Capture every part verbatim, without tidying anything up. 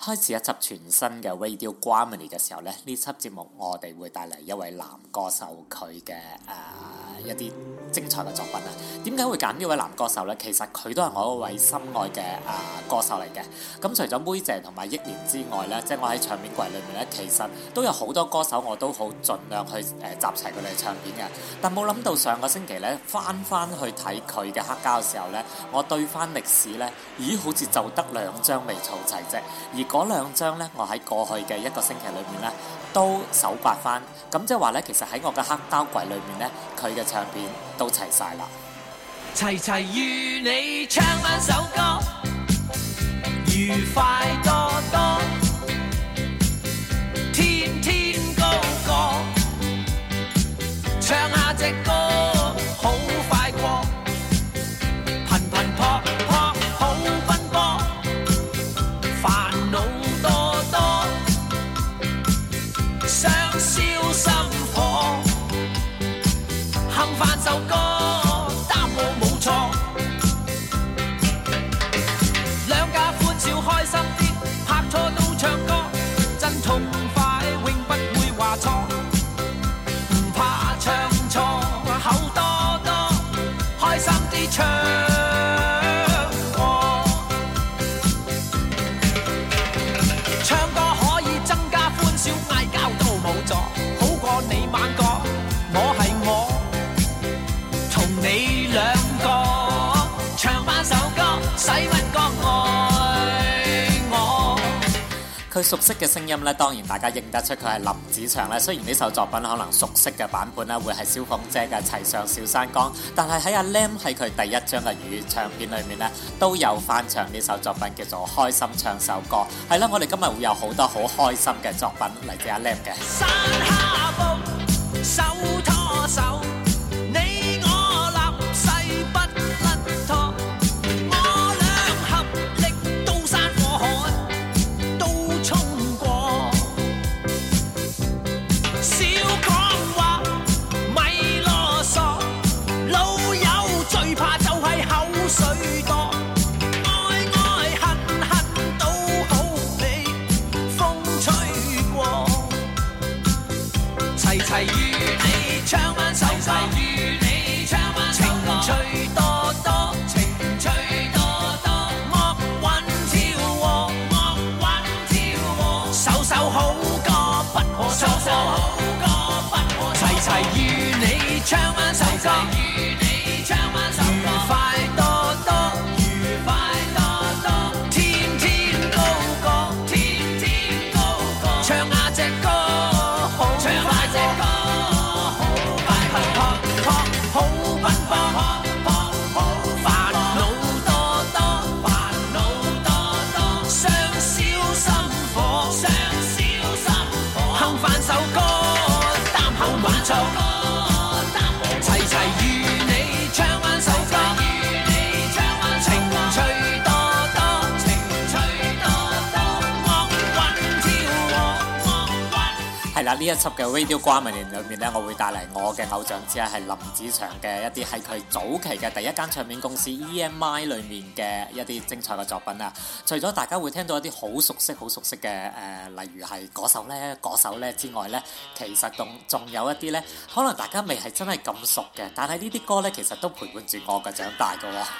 開始一輯全新嘅 Radio Grammy 嘅時候咧，呢輯節目我哋會帶嚟一位男歌手佢嘅誒一啲精彩嘅作品啊。點解會揀呢位男歌手呢？其實佢都係我一位心愛嘅誒、呃、歌手嚟嘅。咁除咗妹姐同埋憶蓮之外呢，即係我喺唱片櫃裏面呢，其實都有好多歌手我都好盡量去誒、呃、集齊佢哋唱片嘅。但冇諗到上個星期呢，翻翻去睇佢嘅黑膠嘅時候呢，我對翻歷史呢，咦好似就得兩張未儲齊啫。而嗰兩張呢，我喺過去嘅一個星期裏面呢，都搜刮翻。咁即係話呢，其實喺我嘅黑膠櫃裏面呢，佢嘅唱片都齊晒啦。 齊齊與你唱返首歌，愉快多多，天天高歌，唱下隻歌好快過，頻頻撲撲好奔波，煩惱多多，想燒心火，哼返首歌。 佢熟悉嘅聲音咧，當然大家認得出佢係林子祥咧。雖然呢首作品可能熟悉嘅版本咧會係蕭鳳姐嘅《齊上小山崗》，但係喺阿 Lam 喺佢第一張嘅粵語唱片裏面咧，都有翻唱呢首作品叫做《開心唱首歌》。係啦，我哋今日會有好多好開心嘅作品嚟自阿 Lam 嘅。 山下步，手拖手，你我立誓不甩拖，我倆合力刀山火海。水多，愛愛恨恨都好比風吹過，齊齊與你唱返首歌，與你唱返首歌，情趣多多，情趣多多，樂韻跳和，樂韻跳和，首首好歌不可錯過，首首好歌不可錯過，齊齊與你唱返首歌，與你唱返首歌，愉快多。齊齊與你唱返首歌，與你唱返情趣多多，情趣多多，樂韻跳和，樂韻。 係啦，呢一輯嘅 Radio Grammy 裏面咧，我會帶嚟我嘅偶像之一係林子祥嘅一啲係佢早期嘅第一間唱片公司 E M I 裏面嘅一啲精彩嘅作品啊。除咗大家會聽到一啲好熟悉、好熟悉嘅誒、呃，例如係嗰首咧、嗰首咧之外咧，其實仲仲有一啲咧，可能大家未係真係咁熟嘅，但係呢啲歌咧，其實都陪伴住我嘅長大嘅喎。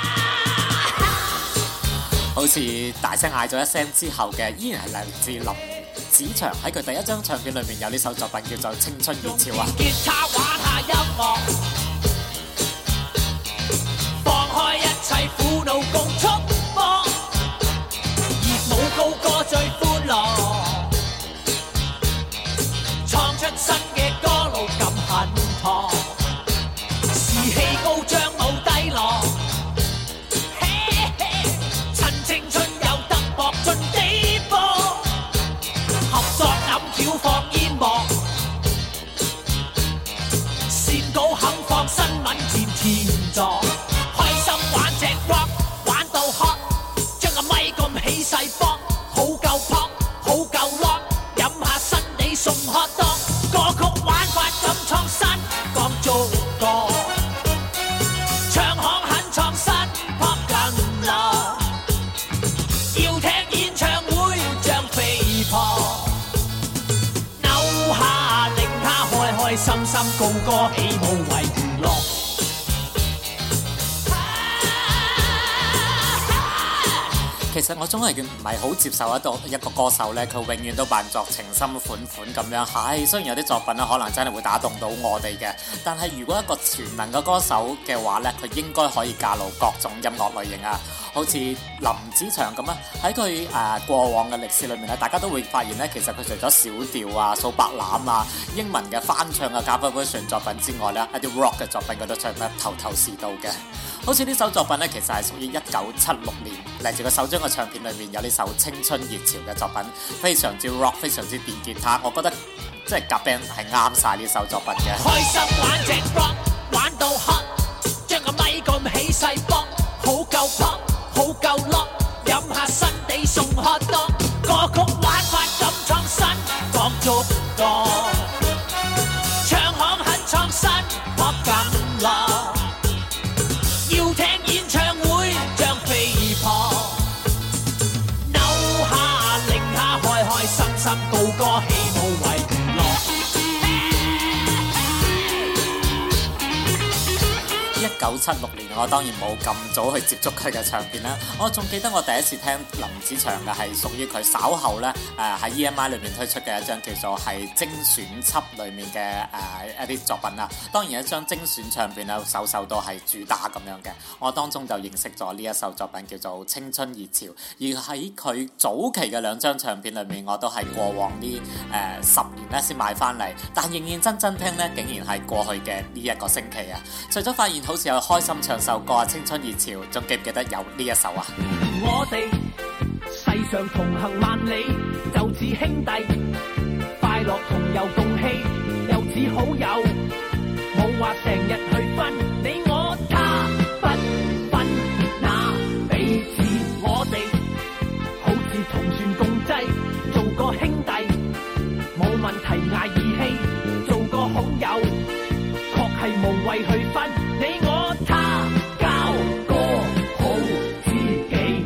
好似大聲嗌咗一聲之後嘅，依然係嚟自林子祥喺佢第一張唱片裏面有呢首作品叫做《青春熱潮》啊。 吉他玩下音樂，放開一切苦惱共觸摸，熱舞高歌最歡樂，創出新嘅歌路咁很妥，士氣高漲冇低落，嘿嘿，趁青春有得搏盡幾波，合作諗橋放煙幕，線稿肯放新聞填填座，開心玩隻 rock 玩到 hot，將個咪咁起勢搏，好深深高歌起舞為娛樂。 其實我總係唔係好接受一個一個歌手咧，佢永遠都扮作情深款款咁樣。係，雖然有啲作品咧可能真係會打動到我哋嘅，但係如果一個全能嘅歌手嘅話咧，佢應該可以駕馭各種音樂類型啊。好似林子祥咁啊，喺佢誒過往嘅歷史裏面咧，大家都會發現咧，其實佢除咗小調啊、數白欖啊、英文嘅翻唱嘅 cover version 作品之外咧，一啲 rock 嘅作品佢都唱得頭頭是道嘅。好似呢首作品咧，其實係屬於一九七六年嚟自佢首張嘅唱片裏面有呢首青春熱潮嘅作品，非常之 rock， 非常之電吉他，我覺得即係夾 band 係啱晒呢首作品嘅。 開心玩隻 rock， 玩到黑，將個咪咁起勢搏，好夠 pop， 好夠 lock， 飲下新地送 hot dog， 歌曲玩法咁創新，講足多，唱腔很創新 ，pop 咁落。要聽演唱會將飛撲，扭下擰下開開心心高歌起舞為娛樂。 一九七六年，我當然冇咁早去接觸佢嘅唱片啦。我仲記得我第一次聽林子祥嘅係屬於佢稍後咧誒喺 E M I 裏面推出嘅一張叫做係精選輯裏面嘅誒、呃、一啲作品啦。當然一張精選唱片咧，首首都係主打咁樣嘅。我當中就認識咗呢一首作品叫做《青春熱潮》，而喺佢早期嘅兩張唱片裏面，我都係過往呢誒、呃、十年咧先買翻嚟，但認認真真聽咧，竟然係過去嘅呢一個星期啊！除咗發現好似有開心唱首歌啊，《青春熱潮》，仲記唔記得有呢一首啊？ 我哋世上同行萬里，就似兄弟，快樂同遊共喜，又似好友，冇話成日去分你我他，不分那彼此。我哋好似同船共濟，做個兄弟，冇問題捱義氣，做個好友，確係無謂去分你我他，交個好知己，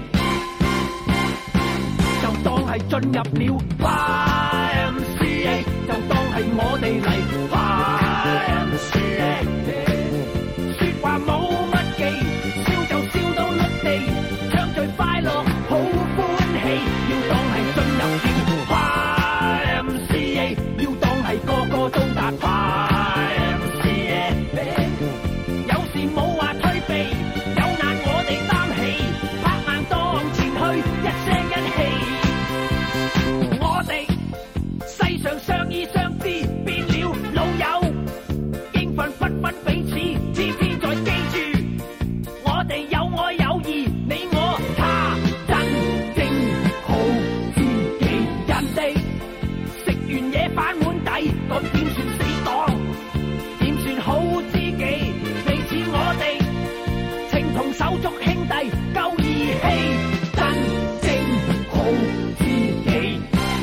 就當係進入了 Y M C A， 就當係我哋嚟 Y M C A， 說話冇乜忌，笑就笑到碌地，唱最快樂好歡喜，要當係進入了 Y M C A， 要當係個個都達 Y M C A， 有時冇話退避，有難我哋擔起，拍硬當前去，一聲一氣，我哋世上相依相知，變了老友，應份不分彼此，天天在記住，我哋有愛有義，你我他，真正好知己。人哋食完嘢反碗底，咁點算死黨？點算好知己？你似我哋情同手足兄弟，夠義氣，真正好知己。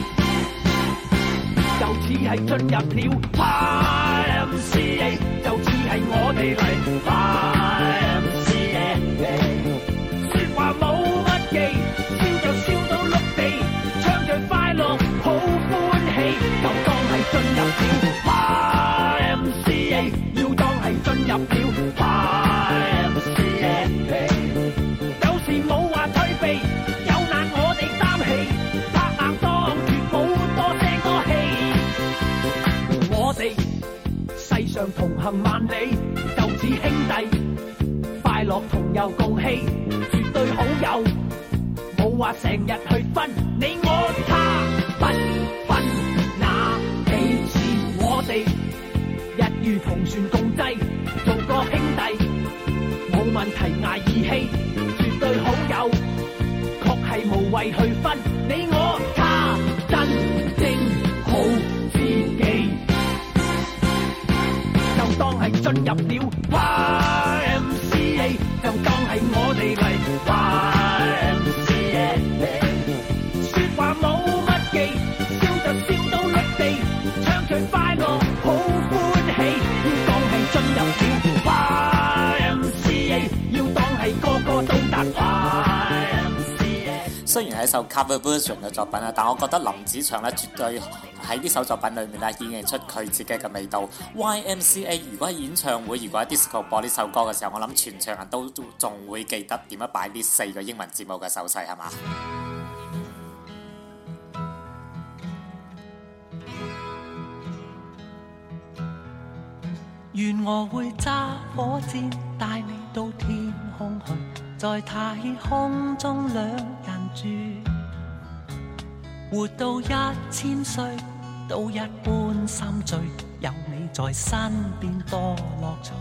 就似係進入了 Y M C A， 就似係我哋嚟 Y M C A， 說話冇乜忌，笑就笑到碌地，唱最快樂好歡喜，就當係進入了 Y M C A， 要當係進入了 Y M C A， 有時冇話退避，有難我哋擔起，拍硬當住冇多聲多氣，我哋世上同行萬里，就似兄弟，快樂同遊共喜，絕對好友，冇話成日去分你我他，不分那彼此，我哋一如同船共濟，做個兄弟，冇問題捱義氣，絕對好友，確係無謂去分你我他，真正好知己，就當係進入了 Y M C A， 就當係我哋嚟 Y M C A， 說話冇乜忌，笑就笑到碌地，唱最快樂好歡喜，要當係進入了 Y M C A， 要當係個個都達 Y M C A。 雖然係一首 cover version 嘅作品啊，但我覺得林子祥咧絕對喺呢首作品裏面咧演繹出佢自己嘅味道。Y M C A 如果喺演唱會，如果喺 disco 播呢首歌嘅時候，我諗全場人都仲會記得點樣擺呢四個英文字母嘅手勢，係嘛？ 願我會揸火箭帶你到天空去，在太空中兩人住，活到一千歲都一般心醉，有你在身邊多樂趣，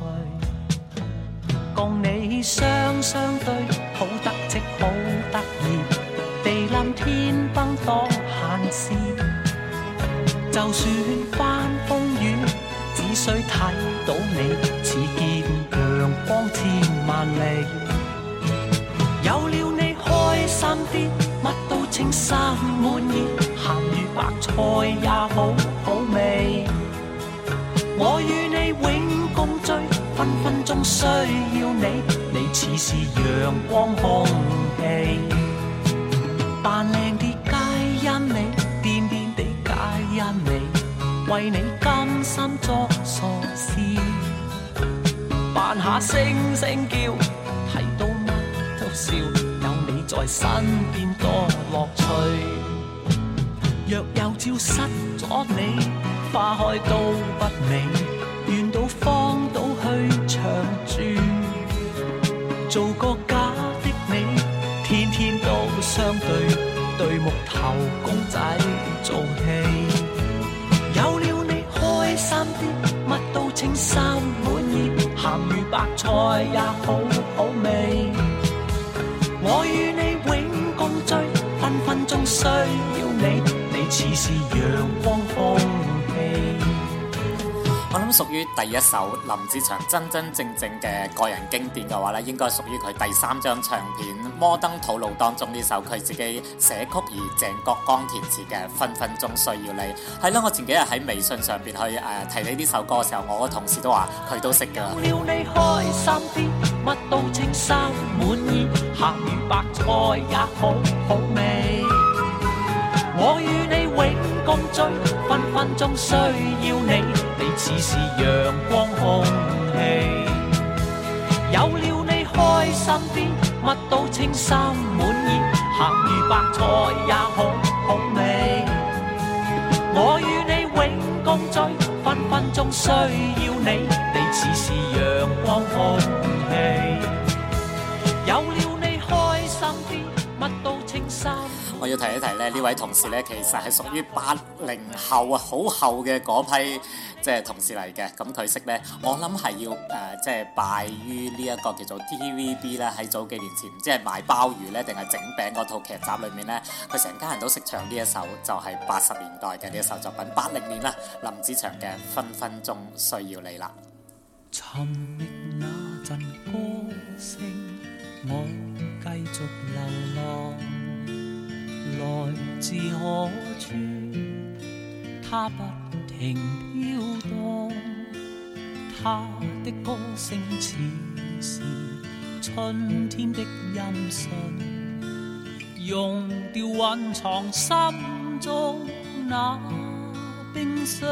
共你雙雙對，好得戚好得意，地冧天崩多閒事，就算翻風雨只需睇到你，似見陽光千萬里。有了你開心啲，乜都稱心滿意，鹹魚白菜也好好味。我與你永共聚，分分鐘需要你，你似是陽光空氣。扮靚啲皆因你，癲癲地皆因你，為你甘心作傻事，扮下聲聲叫，睇到乜都笑，有你在身邊多樂趣。若有朝失咗你，花開都不美，願到荒島去長住，做個假的你，天天都相對，對木頭公仔做戲。有了你開心啲，乜都稱心滿意，鹹魚白菜也好好味。我與你永共聚，分分鐘需要你，你似是陽光空氣。 我諗屬於第一首林子祥真真正正嘅個人經典嘅話咧，應該屬於佢第三張唱片《摩登土路》當中呢首佢自己寫曲而鄭國江填詞嘅《分分鐘需要你》。係啦，我前幾日喺微信上邊去誒、呃、提你呢首歌嘅時候，我個同事都話佢都識㗎。 要你開心啲，乜都稱心滿意，鹹魚白菜也好好味。我與你永共聚，分分鐘需要你，你似是陽光空氣。有了你開心啲，乜都稱心滿意，鹹魚白菜也好好味。我與你永共聚，分分鐘需要你，你似是陽光空氣。有了你開心啲，乜都稱心。 我要提一提咧，呢位同事咧，其實係屬於八零後啊，好後嘅嗰批即係同事嚟嘅。咁佢識咧，我諗係要誒、呃，即係拜於呢一個叫做 T V B 咧，喺早幾年前，唔知係賣鮑魚咧，定係整餅嗰套劇集裏面咧，佢成家人都識唱呢一首，就係八十年代嘅呢一首作品，八零年啦，林子祥嘅《分分鐘需要你》啦。 尋覓那陣歌聲，我繼續流浪。來自何處？它不停飄蕩，它的歌聲似是春天的音訊，溶掉蘊藏心中那冰霜。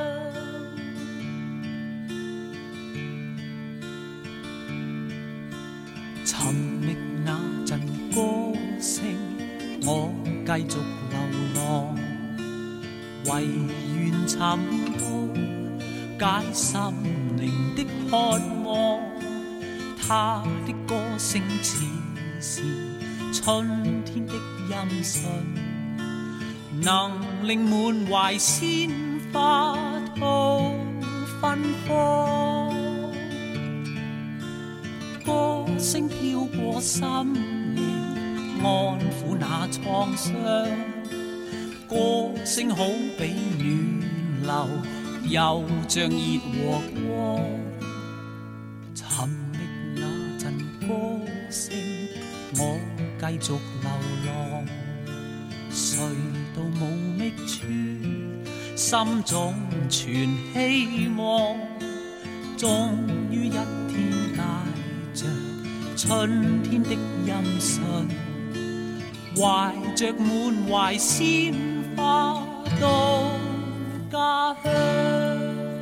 尋覓那陣歌聲，我繼續流浪，唯願尋到解心靈的渴望。他的歌聲似是春天的音訊，能令滿懷鮮花都芬芳。歌聲飄過心靈，安撫那創傷，歌聲好比暖流，又像熱和光。尋覓那陣歌聲，我繼續流浪，睡到無覓處，心中存希望，終於一天帶着春天的音訊， 懷着滿懷鮮花到家鄉。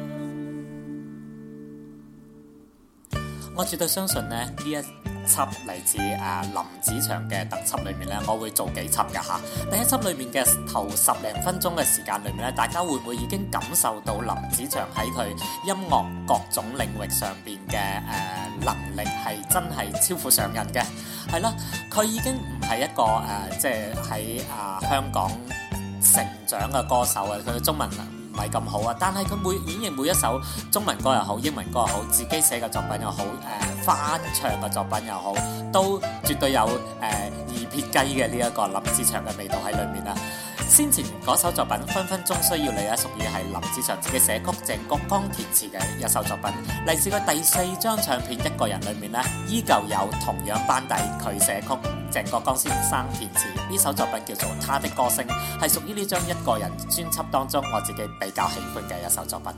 我絕對相信咧，呢一輯嚟自誒、啊、林子祥嘅特輯裏面咧，我會做幾輯㗎嚇。第一輯裏面嘅頭十零分鐘嘅時間裏面咧，大家會唔會已經感受到林子祥喺佢音樂各種領域上邊嘅誒能力係真係超乎常人嘅？係啦，佢已經唔係一個誒、呃，即係喺啊香港成長嘅歌手啊，佢嘅中文唔係咁好啊，但係佢每演繹每一首中文歌又好，英文歌又好，自己寫嘅作品又好，誒、呃、翻唱嘅作品又好，都絕對有誒、呃、二撇雞嘅呢一個林子祥嘅味道喺裏面啦。先前嗰首作品《分分鐘需要你》咧，屬於係林子祥自己寫曲、鄭國江填詞嘅一首作品。嚟自佢第四張唱片《一個人》裏面咧，依舊有同樣班底，佢寫曲，鄭國江先生填詞。呢首作品叫做《他的歌聲》，係屬於呢張一個人專輯當中我自己比較喜歡嘅一首作品。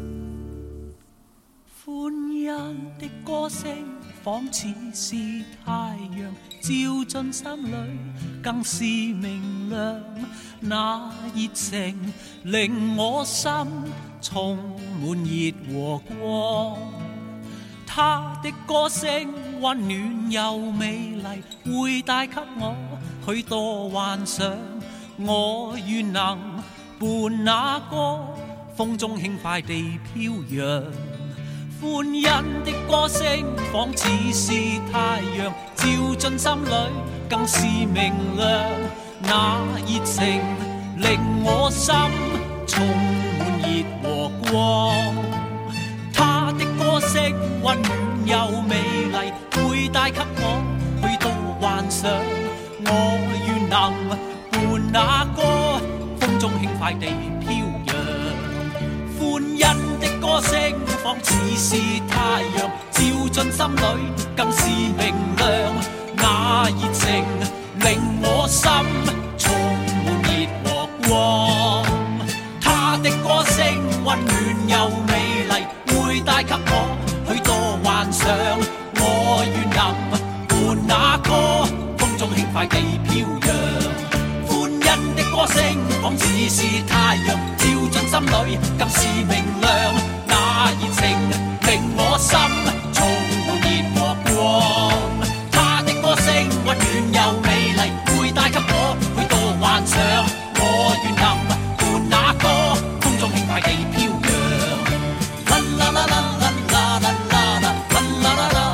歡欣的歌聲仿似是太陽照進心裏，更是明亮。那熱情令我心充滿熱和光。他的歌聲溫暖又美麗，會帶給我許多幻想。我願能伴那歌風中輕快地飄揚。歡欣的歌聲仿似是太陽照進心裏，更是明亮。那熱情令我心充滿熱和光。他的歌聲溫暖又美麗，會帶給我許多幻想。我願能伴那歌風中輕快地飄揚。歡欣的歌聲仿似是太陽照進心裏，更是明亮。那熱情令我心充滿熱和光。他的歌聲溫暖又美麗，會帶給我許多幻想。我願能伴那歌風中輕快地飄揚。歡欣的歌聲仿似是太陽照進心裏，更是明亮。那熱情令我心充滿熱和光。他的歌聲溫暖又美麗，會帶給我許多幻想。我願能伴那歌風中輕快地飄揚。啦啦啦啦啦啦啦啦啦啦啦啦。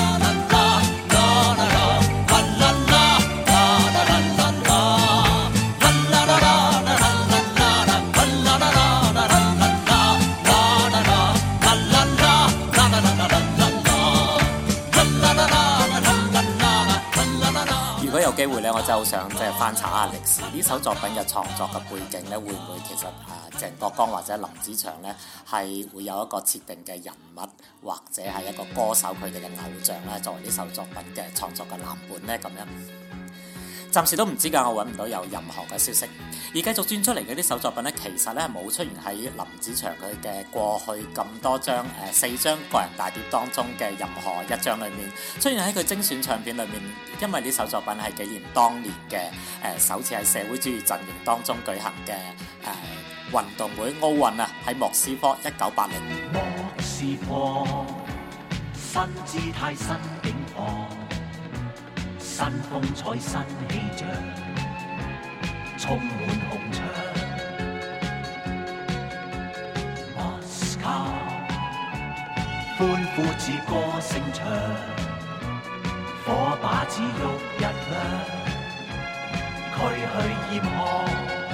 如果有機會咧，我真係好想即係翻查下歷史，呢首作品嘅創作嘅背景咧，會唔會其實啊鄭國江或者林子祥咧係會有一個設定嘅人物，或者係一個歌手佢哋嘅偶像咧，作為呢首作品嘅創作嘅藍本咧咁樣？暫時都唔知㗎，我揾唔到有任何嘅消息。而繼續轉出嚟嘅呢首作品咧，其實咧冇出現喺林子祥佢嘅過去咁多張誒、呃、四張個人大碟當中嘅任何一張裏面，出現喺佢精選唱片裏面。因為呢首作品係紀念當年嘅誒、呃、首次喺社會主義陣營當中舉行嘅誒、呃、運動會奧運啊，喺莫斯科一九八零。 莫斯科新姿態新境況，新風采新氣象，充滿紅牆。Moscow歡呼似歌聲場，火把子喐一亮，驅去嚴寒。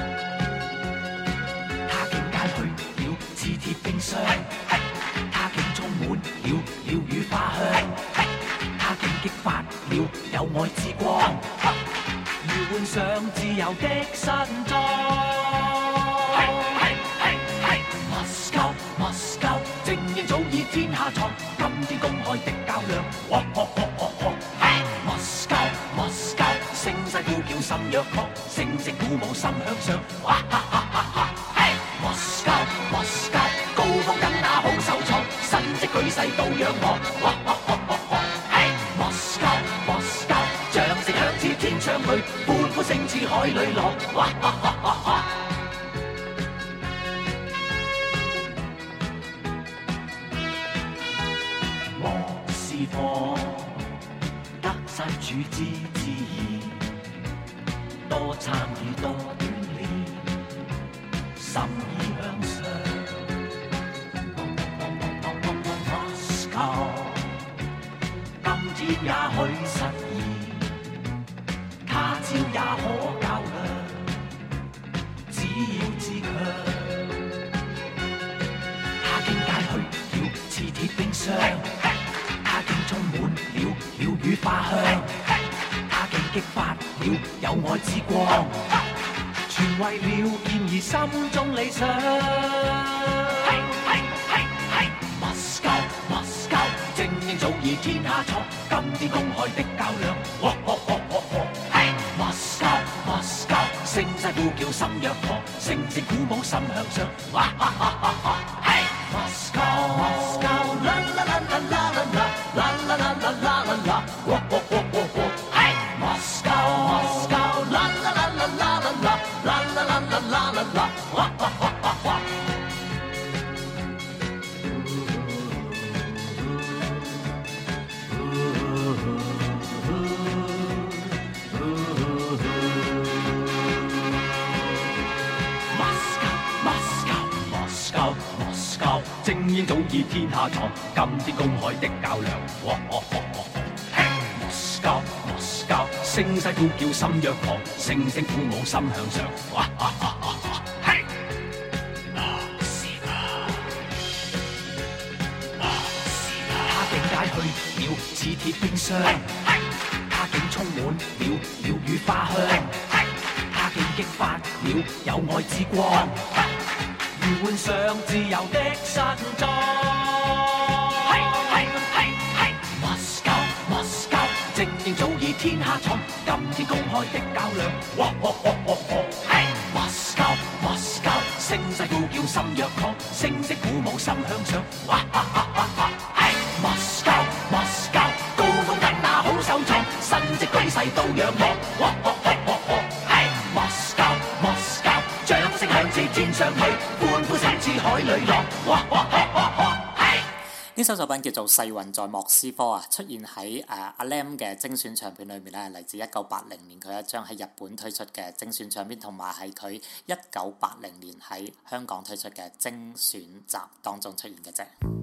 他竟解去了似鐵冰霜，他竟充滿了鳥語花香。他竟激發了有愛之光，要換上自由的新裝。Moscow Moscow 正應早已天下藏，今天公開的較量。Moscow Moscow 聲勢呼叫心若狂，聲聲鼓舞心向上。Moscow Moscow 高峰等那好手創，神跡舉世都仰望。Moscow Moscow 掌聲響徹天窗裏，歡海裏落。哇哈哈哈哈莫是火，得失處之至易，多參與多鍛鍊，心意向上。Moscow， 今天也許失意，他朝也可較量，只要自強。他竟解去了似鐵冰箱，他竟充滿了鳥語花香，他竟激發了有愛之光，全為了健兒心中理想。Moscow Moscow， 精英早已天下闖，今天公開的較量。Moscow Moscow， 聲勢呼叫心若狂，聲聲鼓舞心向上。Moscow Moscow， 啦啦啦啦啦啦啦啦啦啦啦啦啦。Moscow Moscow， 啦啦啦啦啦啦啦啦啦啦啦啦啦。精英早已天下闖，今天公開的較量。Moscow Moscow， 聲勢呼叫心若狂，聲聲鼓舞心向上。他竟解去了似鐵冰箱，他竟充滿了鳥語花香，他竟激發了有愛之光，換上自由的身裝。Moscow Moscow， 精英早已天下闖，今天公開的較量。Moscow Moscow， 聲勢呼叫心若狂，聲聲鼓舞心向上。Moscow Moscow， 高峰跟那好手創，神蹟舉世都仰望。Moscow Moscow， 掌聲響徹天上去，歡呼聲似海裏浪。 呢首作品叫做《世運在莫斯科》啊，出現喺誒阿 Lam 嘅精選唱片裏面咧，嚟自一九八零年佢一張喺日本推出嘅精選唱片，同埋喺佢一九八零年喺香港推出嘅精選集當中出現嘅啫。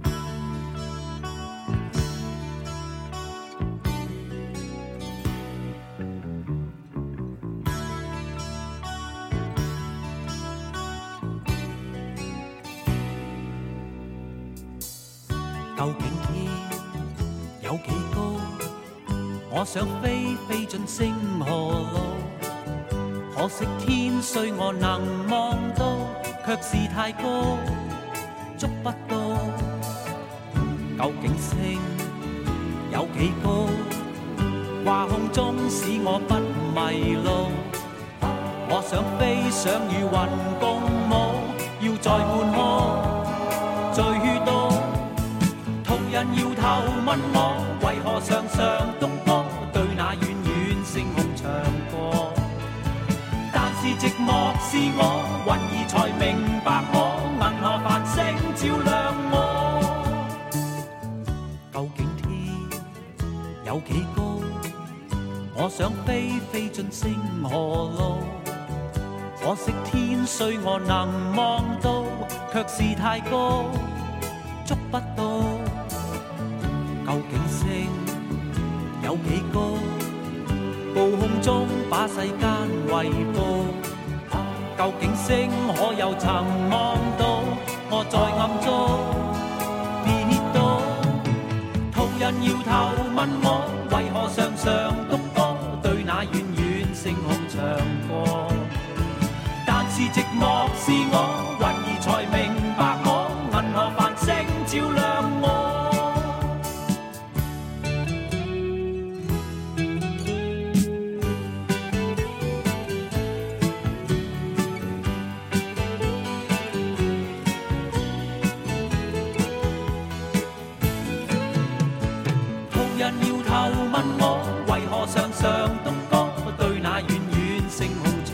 究竟天有幾高？我想飛飛進星河路，可惜天雖我能望到，卻是太高，捉不到。究竟星有幾高？掛空中使我不迷路，我想飛想與雲共舞，要在半空最多。人搖頭問我，為何常常獨歌對那遠遠星空唱歌？但是寂寞是我，雲兒才明白我，銀河繁星照亮我。究竟天有幾高？我想飛飛進星河路，可惜天雖我能望到，卻是太高，捉不到。究竟星有幾高？高空中把世間圍捕。究竟星可有曾望到？我在暗中跌倒。途人搖頭問我，為何常常獨歌對那遠遠星空唱歌？但是寂寞是我，雲兒才明白我，銀河繁星照亮我。人搖頭問我，為何常常獨歌對那遠遠星空唱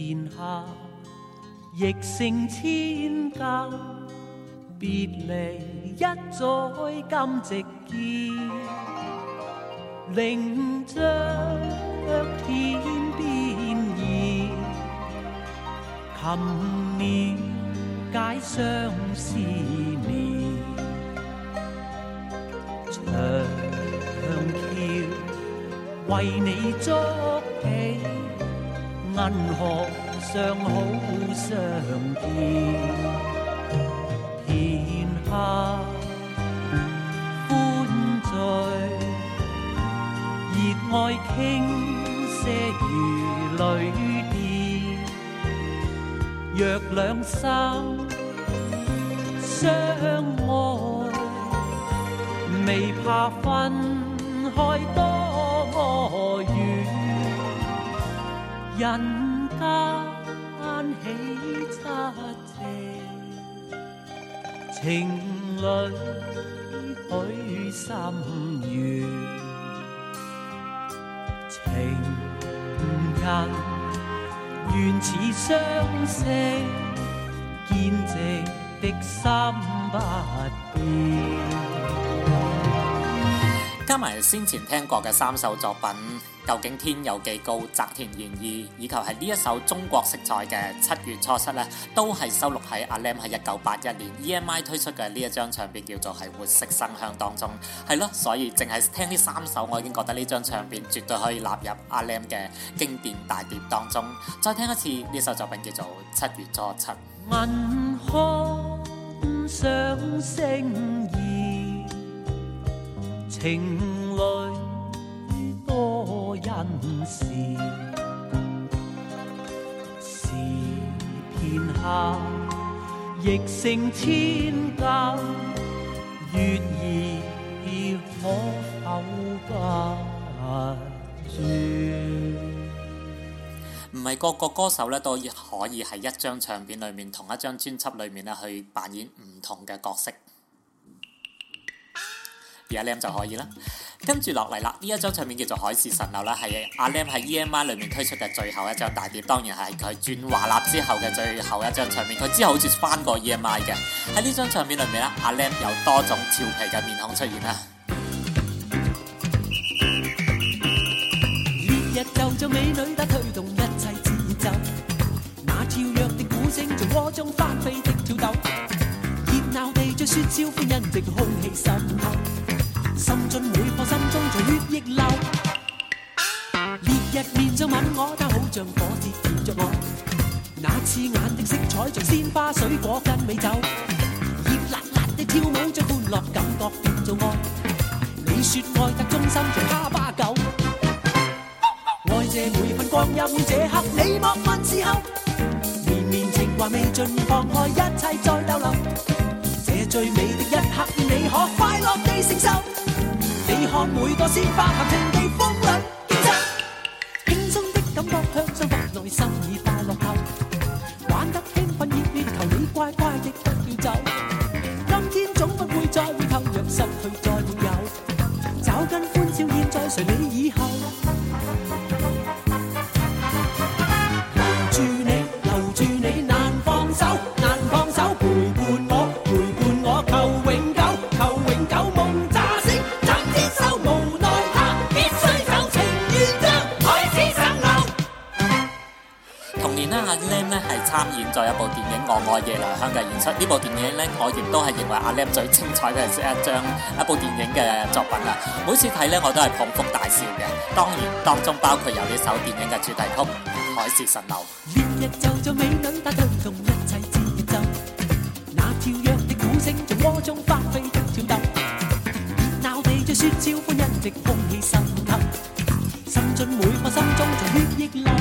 天下亦勝千家，別離一載今夕見，另着天邊意，琴鳥解相思念，長橋為你築起，銀河上好相見，天下歡聚，熱愛傾瀉如淚電，若兩心相愛，未怕分開多遠，人間喜七夕，情侶許心願，情人願似相識，見直的心不變。 加埋先前聽過嘅三首作品，究竟天有幾高，澤田研二，以及係呢一首中國色彩嘅七月初七呢，都係收錄喺阿 Lam 喺一九八一年 E M I 推出嘅呢一張唱片叫做係活色生香當中，係咯，所以淨係聽呢三首，我已經覺得呢張唱片絕對可以納入阿 Lam 嘅經典大碟當中。再聽一次呢首作品叫做七月初七。 銀河上星移，情侶多因事，是天下亦勝千家，月兒可否不絕？ 唔係個個歌手咧都可以喺一張唱片裏面、同一張專輯裏面咧去扮演唔同嘅角色，而阿 Lam 就可以啦。跟住落嚟啦，呢一張唱片叫做《海市蜃樓》啦，係阿 Lam 喺 E M I 裏面推出嘅最後一張大碟，當然係佢轉華納之後嘅最後一張唱片。佢之後好似翻過 E M I 嘅。喺呢張唱片裏面咧，阿 Lam 有多種俏皮嘅面孔出現啦。 烈日就像美女得推動一切節奏，那跳躍的鼓聲像鍋中翻飛的跳豆，熱鬧地在説笑歡欣藉空氣滲透，滲進每顆心中像血液流。烈日面上吻我，它好像火舌甜着我，那刺眼的色彩像鮮花水果跟美酒，熱辣辣地跳舞將歡樂感覺變做愛，你說愛得忠心像哈巴狗，愛這每分光陰這刻你莫問時候，綿綿情話未盡放開一切再逗留，這最美的一刻你可快樂地承受，你看每個鮮花含情地風裏競爭，輕鬆的感覺向上發內心已快樂透，玩得興奮熱烈求你乖乖的不要走，今天總不會再回頭，若失去再沒有，找緊歡笑現在誰理以後，留住你留住你難放手難放手，陪伴我陪伴我求永久求永久，夢乍醒怎接受，無奈他必須走，情願將海市蜃樓。 同年咧，阿 Lam 咧係參演咗一部電影《我愛夜來香》嘅演出。呢部電影咧，我亦都係認為阿 Lam 最精彩嘅一張一部電影嘅作品啦。每次睇咧，我都係捧腹大笑嘅。當然，當中包括有呢首電影嘅主題曲《海市蜃樓》。 烈日就像美女，它推動一切節奏，那跳躍的鼓聲像鍋中翻飛的跳豆，熱鬧地在説笑歡欣藉空氣滲透，滲進每顆心中像血液流。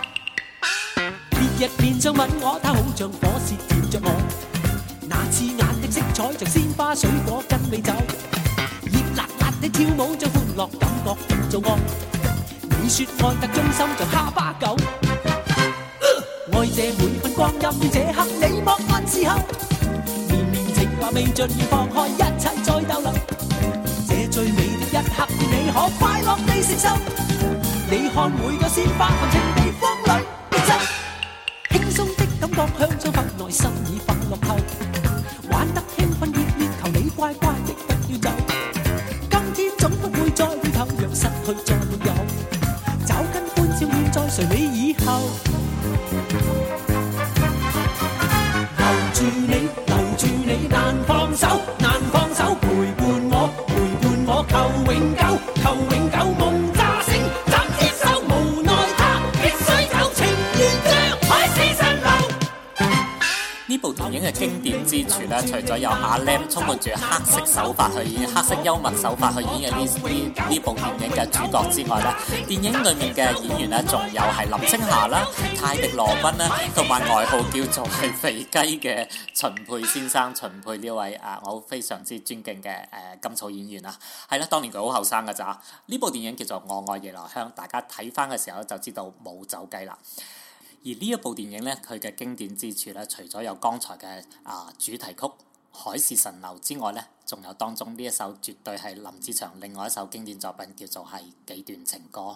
烈日面上吻我，它好像火舌甜着我，那刺眼的色彩像鮮花水果跟美酒，熱辣辣的跳舞將歡樂感覺變做愛，你說愛得忠心像哈巴狗，愛這每分光陰這刻你莫問時候，綿綿情話未盡要放開一切再逗留，這最美的一刻你可快樂地承受，你看每個鮮花含情地風裏競爭， 角向上發內心已快樂透，玩得興奮熱烈，求你乖乖的不要走。今天總不會再回頭，若失去再沒有，找根歡笑臉再隨你以後。留住你，留住你，難放手，難放手，陪伴我，陪伴我，求永久，求永久，夢乍醒，怎接受？無奈他必須走，情願像海市蜃樓。 呢部電影嘅經典之處咧，除咗有阿 Lam 充滿住黑色手法去演、黑色幽默手法去演嘅呢呢呢部電影嘅主角之外咧，電影裡面嘅演員咧，仲有係林青霞啦、泰迪羅賓啦，同埋外號叫做係肥雞嘅秦沛先生。秦沛呢位啊，我非常之尊敬嘅誒、呃、甘草演員啊，係啦，當年佢好後生㗎咋。呢部電影叫做《我愛夜來香》，大家睇翻嘅時候就知道冇走雞啦。而呢一部電影咧，佢嘅經典之處咧，除咗有剛才嘅啊主題曲《海市蜃樓》之外咧，仲有當中呢一首絕對係林子祥另外一首經典作品，叫做係《幾段情歌》。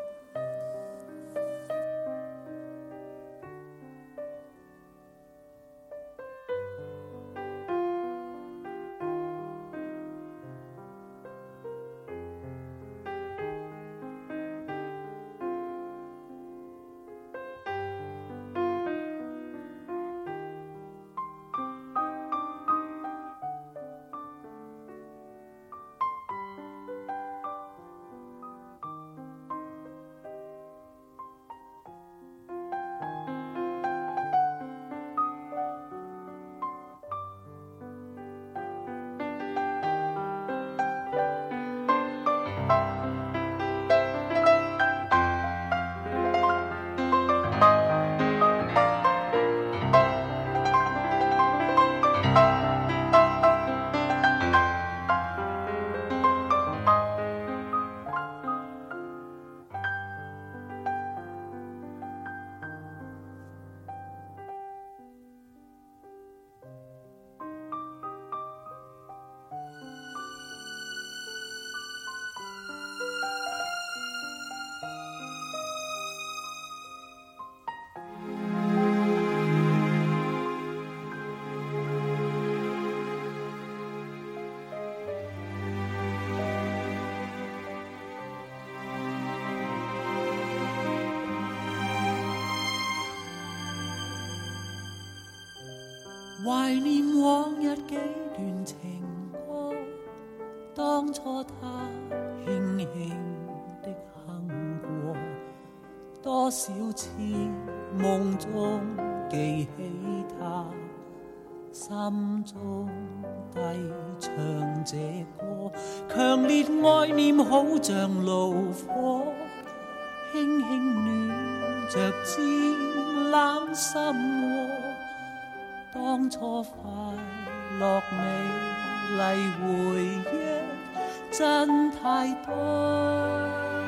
懷念往日幾段情歌，當初他輕輕的哼過，多少次夢中記起他，心中低唱這歌，強烈愛念好像爐火，輕輕暖着漸冷心窩。當初快樂美麗回憶真太多，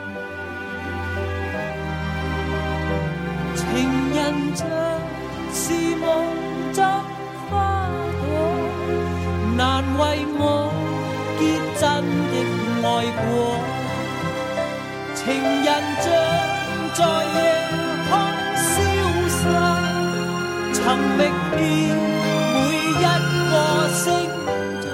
情人像是夢中花朵，難為我結真的愛過，情人像在夜空消失，曾覓遍每一個星座，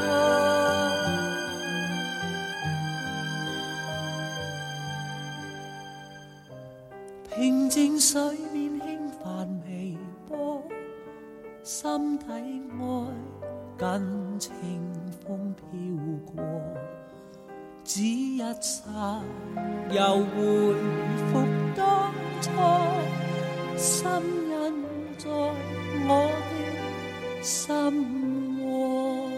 平靜水面輕泛微波，心底愛跟清風飄過，只一剎又回復當初，心印在我的心窩。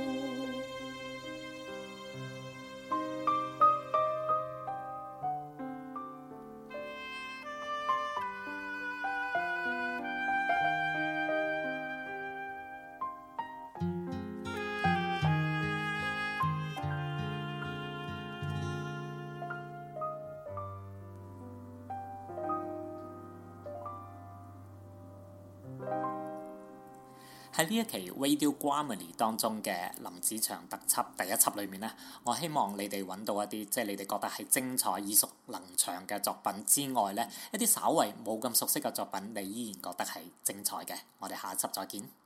喺呢一期 Radio Grammy 當中嘅林子祥特輯第一輯裏面咧，我希望你哋揾到一啲即係你哋覺得係精彩耳熟能詳嘅作品之外咧，一啲稍為冇咁熟悉嘅作品，你依然覺得係精彩嘅。我哋下一輯再見。